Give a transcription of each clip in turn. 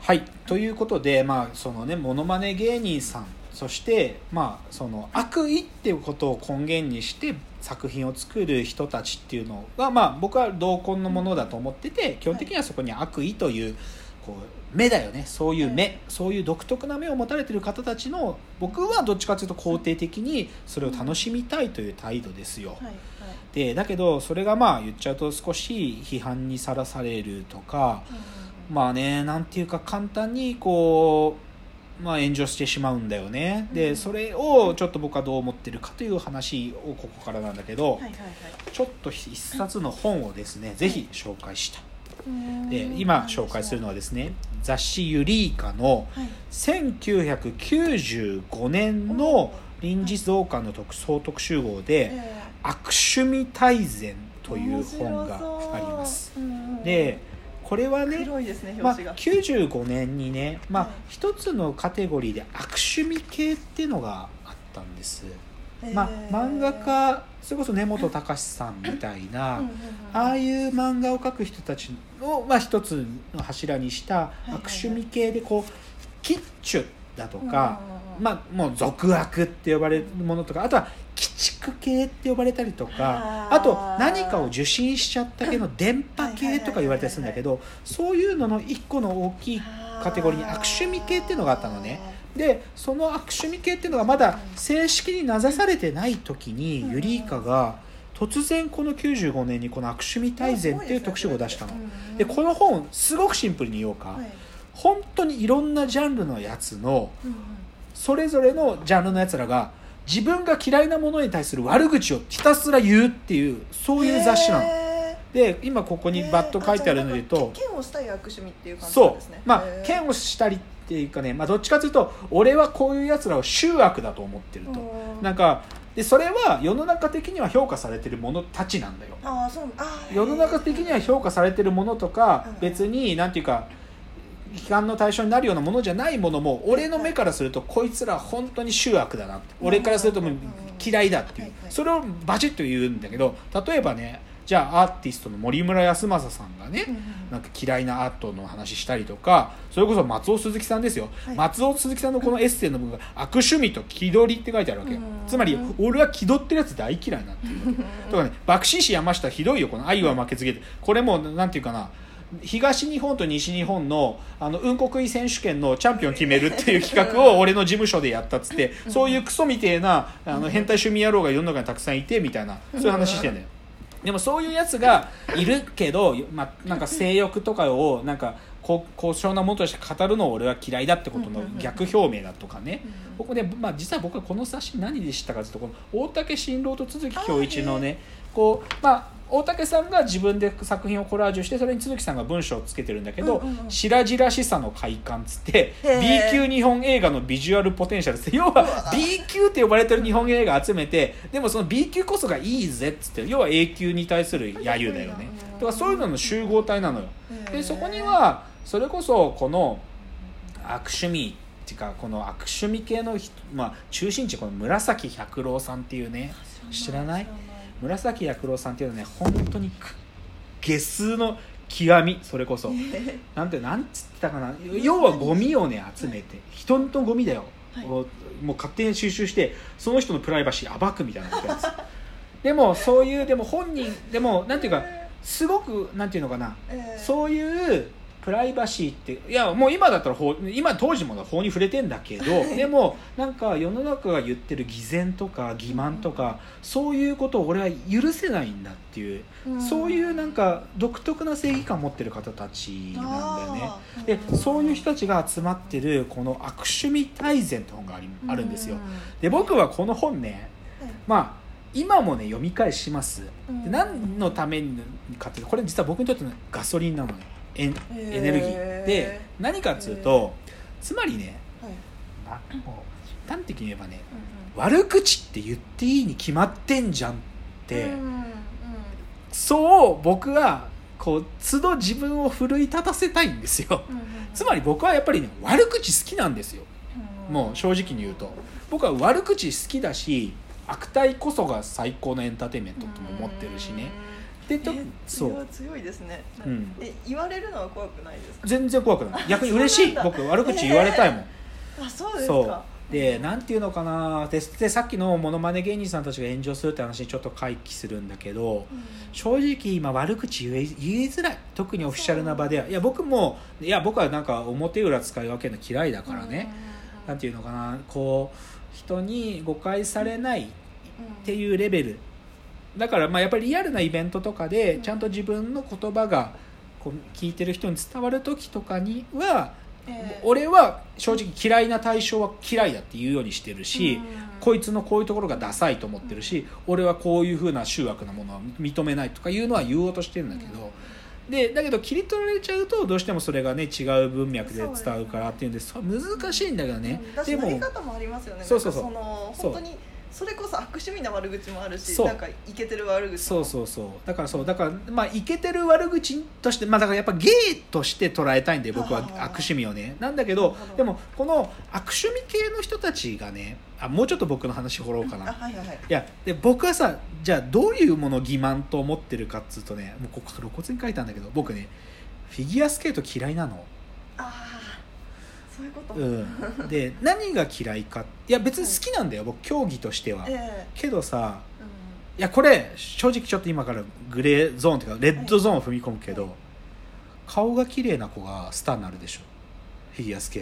はい、ということで、そのね、モノマネ芸人さん、そして、その悪意っていうことを根源にして作品を作る人たちっていうのが、僕は同梱のものだと思ってて、基本的にはそこに悪意という、こう目だよね、そういう目、そういう独特な目を持たれている方たちの、僕はどっちかというと肯定的にそれを楽しみたいという態度ですよ。でだけどそれが言っちゃうと少し批判にさらされるとか、なんていうか簡単にこう、炎上してしまうんだよね。でそれをちょっと僕はどう思ってるかという話をここからなんだけど、ちょっと一冊の本をですね、ぜひ紹介した。で今紹介するのはですね、雑誌ユリーカの1995年の臨時増刊の総特集号で悪趣味大全という本があります。でこれはね、95年にね、一つのカテゴリーで悪趣味系っていうのがあったんです。漫画家、それこそ根本隆さんみたいなああいう漫画を描く人たちを、一つの柱にした悪趣味系で、こうキッチュだとか、もう俗悪って呼ばれるものとか、あとは鬼畜系って呼ばれたりとか、あと何かを受信しちゃったけど電波系とか言われたりするんだけど、そういうのの一個の大きいカテゴリーに悪趣味系っていうのがあったのね。でその悪趣味系っていうのがまだ正式に名指されてない時に、ユリーカが突然この95年にこの悪趣味大全っていう特集を出したの。でこの本すごくシンプルに言おうか、本当にいろんなジャンルのやつのそれぞれのジャンルのやつらが自分が嫌いなものに対する悪口をひたすら言うっていう、そういう雑誌なの。で今ここにバッと書いてあるので言うと、 剣をしたい悪趣味っていう感じなんですね。 剣をしたりっていうかね、どっちかというと俺はこういうやつらを醜悪だと思ってると、でそれは世の中的には評価されてるものたちなんだよ。世の中的には評価されてるものとか、別になんていうか批判の対象になるようなものじゃないものも、俺の目からするとこいつら本当に醜悪だな、俺からするともう嫌いだっていう、それをバチッと言うんだけど、例えばね、じゃあアーティストの森村康正さんがね、なんか嫌いなアートの話したりとか、それこそ松尾鈴木さんですよ、松尾鈴木さんのこのエッセイの部分が悪趣味と気取りって書いてあるわけ、つまり俺は気取ってるやつ大嫌いなっていうわけとかね、爆心師山下ひどいよ、この愛は負けず嫌い、これもなんていうかな、東日本と西日本のうんこ食い選手権のチャンピオン決めるっていう企画を俺の事務所でやったっつって、そういうクソみてえな変態趣味野郎が世の中にたくさんいてみたいな、そういう話してんだよ。でもそういうやつがいるけど、なんか性欲とかをなんか高尚なものとして語るのを俺は嫌いだってことの逆表明だとかね、ここで、実は僕はこの雑誌何で知ったかというと、この大竹新郎と都築恭一のね、こう大竹さんが自分で作品をコラージュして、それに都築さんが文章をつけてるんだけど、白々しさの快感つって B 級日本映画のビジュアルポテンシャルって、要は B 級って呼ばれてる日本映画集めて、でもその B 級こそがいいぜっつって、要は A 級に対する揶揄だよね。だからそういうのの集合体なのよ。でそこにはそれこそこの悪趣味っていうか、この悪趣味系の中心地、この紫百郎さんっていうね、知らない？紫百郎さんっていうのはね、本当に下数の極み、それこそなんつってたかな、要はゴミをね集めて、人のゴミだよ、もう勝手に収集してその人のプライバシー暴くみたいなことやつでもそういう、でも本人でもなんていうか、すごくなんていうのかな、そういうプライバシーって、いやもう今だったら今当時も法に触れてんだけど、でもなんか世の中が言ってる偽善とか欺瞞とか、そういうことを俺は許せないんだっていう、そういうなんか独特な正義感を持ってる方たちなんだよね。でそういう人たちが集まってるこの悪趣味大全って本があるんですよ。で僕はこの本ね、今もね読み返します。で何のためにかっていうと、これ実は僕にとってのガソリンなのね、エネルギーで、何かっていうと、つまりね、もう端的に言えばね、悪口って言っていいに決まってんじゃんって、そう僕はこう都度自分を奮い立たせたいんですよ。つまり僕はやっぱりね、悪口好きなんですよ。もう正直に言うと僕は悪口好きだし、悪態こそが最高のエンターテインメントとも思ってるしね。 でそれは強いですね、言われるのは怖くないですか？ 全然怖くない、逆に嬉しい僕悪口言われたいもん、 あ、そうですか。 でなんていうのかな、でさっきのモノマネ芸人さんたちが炎上するって話にちょっと回帰するんだけど、正直今悪口言いづらい、特にオフィシャルな場では。僕はなんか表裏使い分けるの嫌いだからね、なんていうのかな、こう人に誤解されないっていうレベルだから、やっぱりリアルなイベントとかでちゃんと自分の言葉がこう聞いてる人に伝わる時とかには、俺は正直嫌いな対象は嫌いだって言うようにしてるし、こいつのこういうところがダサいと思ってるし、俺はこういう風な醜悪なものは認めないとかいうのは言おうとしてるんだけど、だけど切り取られちゃうとどうしてもそれがね違う文脈で伝わるからっていうんで難しいんだけどね、 でもやり方もありますよね。そう本当にそれこそ悪趣味な悪口もあるし、なんかイケてる悪口もだからイケてる悪口として、だからやっぱゲイとして捉えたいんで僕は悪趣味をね、なんだけどでもこの悪趣味系の人たちがね、もうちょっと僕の話掘ろうかな。で僕はさ、じゃあどういうものを欺瞞と思ってるかっつうとね、もうここ露骨に書いたんだけど、僕ねフィギュアスケート嫌いなの。 そういうこと、 で何が嫌いか、いや別に好きなんだよ、僕競技としては、けどさ、いやこれ正直ちょっと今からグレーゾーンというかレッドゾーンを踏み込むけど、顔が綺麗な子がスターになるでしょフィギュアスケー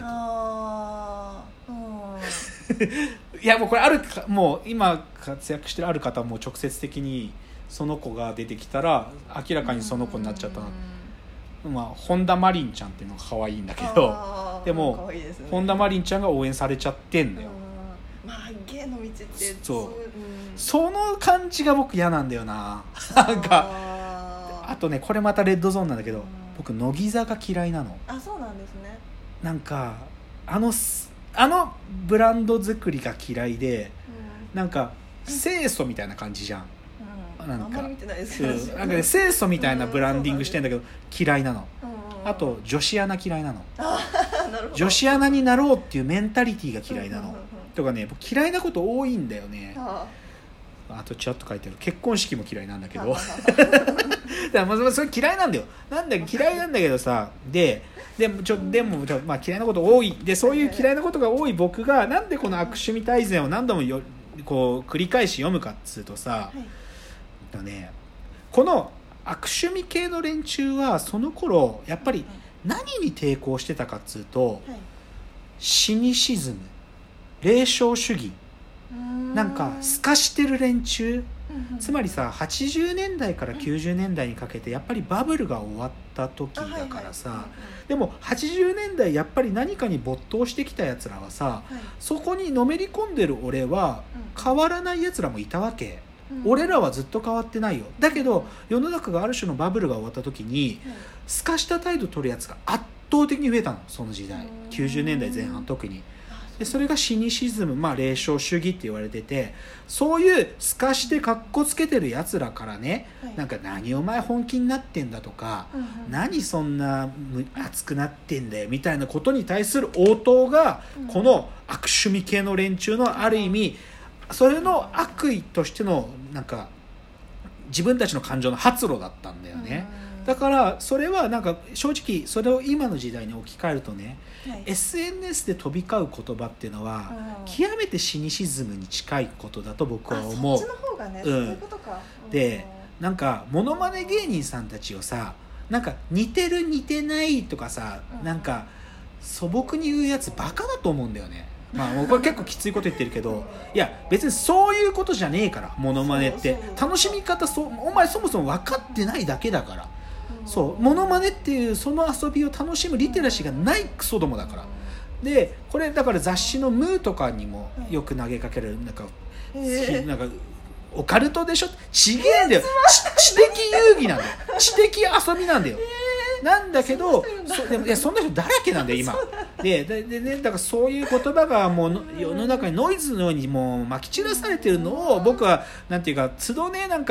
ト。いやもうこれもう今活躍してるある方も直接的にその子が出てきたら明らかにその子になっちゃったな。本田真凜ちゃんっていうのが可愛いんだけど、でも本田真凜ちゃんが応援されちゃってんだよ。 芸の道ってその感じが僕嫌なんだよな。なんかあとね、これまたレッドゾーンなんだけど、僕乃木坂嫌いなの。 そうなんですね。 なんかあのブランド作りが嫌いで、なんか清楚みたいな感じじゃん。なんかあんまり見てないですけど、なんかね清楚みたいなブランディングしてんだけど嫌いなの。あと女子アナ嫌いなの。女子アナになろうっていうメンタリティが嫌いなの。とかね、僕嫌いなこと多いんだよね。あとちらっと書いてある結婚式も嫌いなんだけどだからそれ嫌いなんだよ。嫌いなんだけどさ、でも嫌いなこと多いで、そういう嫌いなことが多い僕がなんでこの悪趣味大全を何度もこう繰り返し読むかっつうとさ、この悪趣味系の連中はその頃やっぱり何に抵抗してたかっつうと、シニシズム、霊障主義、なんか透かしてる連中、つまりさ80年代から90年代にかけてやっぱりバブルが終わった時だからさ、でも80年代やっぱり何かに没頭してきたやつらはさ、そこにのめり込んでる俺は変わらないやつらもいたわけ。俺らはずっと変わってないよ。だけど世の中がある種のバブルが終わった時に透かした態度取るやつが圧倒的に増えたの、その時代90年代前半特に。でそれがシニシズム、霊障主義って言われてて、そういう透かしてカッコつけてるやつらからね、なんか何お前本気になってんだとか、何そんな熱くなってんだよみたいなことに対する応答が、この悪趣味系の連中のある意味それの悪意としてのなんか自分たちの感情の発露だったんだよね。だからそれはなんか正直それを今の時代に置き換えるとね、SNS で飛び交う言葉っていうのは極めてシニシズムに近いことだと僕は思う。 そっちの方がね、そういうことか。 でなんかモノマネ芸人さんたちをさ、なんか似てる似てないとかさ、なんか素朴に言うやつバカだと思うんだよね。これ結構きついこと言ってるけど、いや別にそういうことじゃねえから、モノマネって楽しみ方お前そもそも分かってないだけだから、モノマネっていうその遊びを楽しむリテラシーがないクソどもだから。でこれだから雑誌のムーとかにもよく投げかける、なんかオカルトでしょ、ちげえんだよ、知的遊戯なんだよ、知的遊びなんだよ。なんだけどでもいやそんな人だらけなんだよ今でね、だからそういう言葉がもう世の中にノイズのようにもう撒き散らされてるのを、僕はなんていうか都度ね、なんか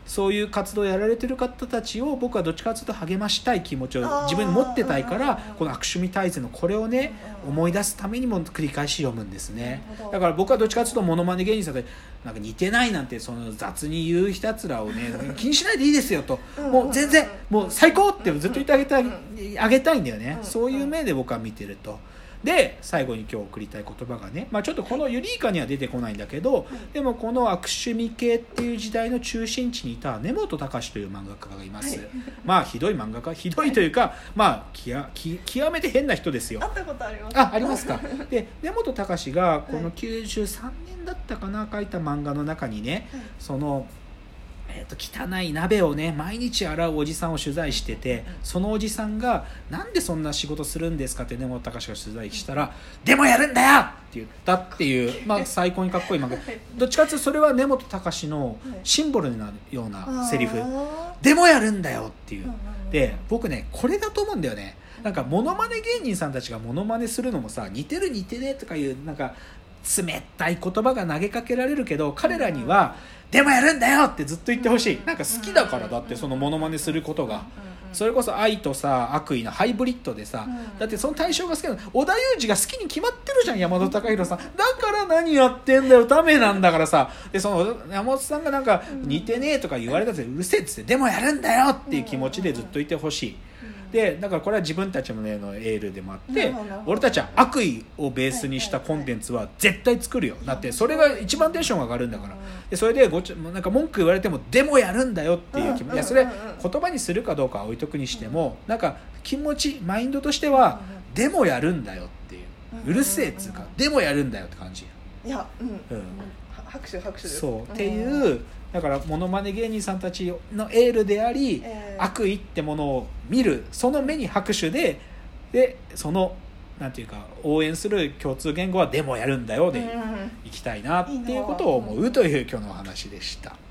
そういう活動をやられてる方たちを僕はどっちかというと励ましたい気持ちを自分に持ってたいから、この悪趣味大全のこれをね思い出すためにも繰り返し読むんですね。だから僕はどっちかというとモノマネ芸人さんでなんか似てないなんてその雑に言う人つらをね気にしないでいいですよと、もう全然もう最高ってずっと言ってあげたいんだよね。そういう目で僕は見てると。で最後に今日送りたい言葉がね、ちょっとこのユリイカには出てこないんだけど、でもこの悪趣味系っていう時代の中心地にいた根本敬という漫画家がいます。ひどい漫画家、ひどいというか極めて変な人ですよ。 会ったことあります。 ありますか。で根本敬がこの93年だったかな書いた漫画の中にね、その汚い鍋をね毎日洗うおじさんを取材してて、そのおじさんがなんでそんな仕事するんですかって根本敬が取材したら、でもやるんだよって言ったっていう、最高にかっこいい漫画。どっちかっていうとそれは根本敬のシンボルになるようなセリフ、でもやるんだよっていう。で僕ねこれだと思うんだよね。なんかモノマネ芸人さんたちがモノマネするのもさ、似てる似てねとかいうなんか冷たい言葉が投げかけられるけど、彼らにはでもやるんだよってずっと言ってほしい。なんか好きだからだって、そのモノマネすることがそれこそ愛とさ悪意のハイブリッドでさ、だってその対象が好きなの織田裕二が好きに決まってるじゃん、山本貴弘さんだから何やってんだよダメなんだからさ。でその山本さんがなんか似てねえとか言われたぜ、うるせえっつってでもやるんだよっていう気持ちでずっといてほしい。でだからこれは自分たちのエールでもあって、俺たちは悪意をベースにしたコンテンツは絶対作るよ。だってそれが一番テンションが上がるんだから。でそれでなんか文句言われてもでもやるんだよっていう気持ち、いやそれ言葉にするかどうかは置いとくにしても、なんか気持ちマインドとしてはでもやるんだよっていう、うるせえっつうかでもやるんだよって感じ。 いや拍手ですそうっていう。だからモノマネ芸人さんたちのエールであり、悪意ってものを見るその目に拍手でそのなんていうか応援する共通言語はでもやるんだよでいきたいなっていうことを思うという今日のお話でした。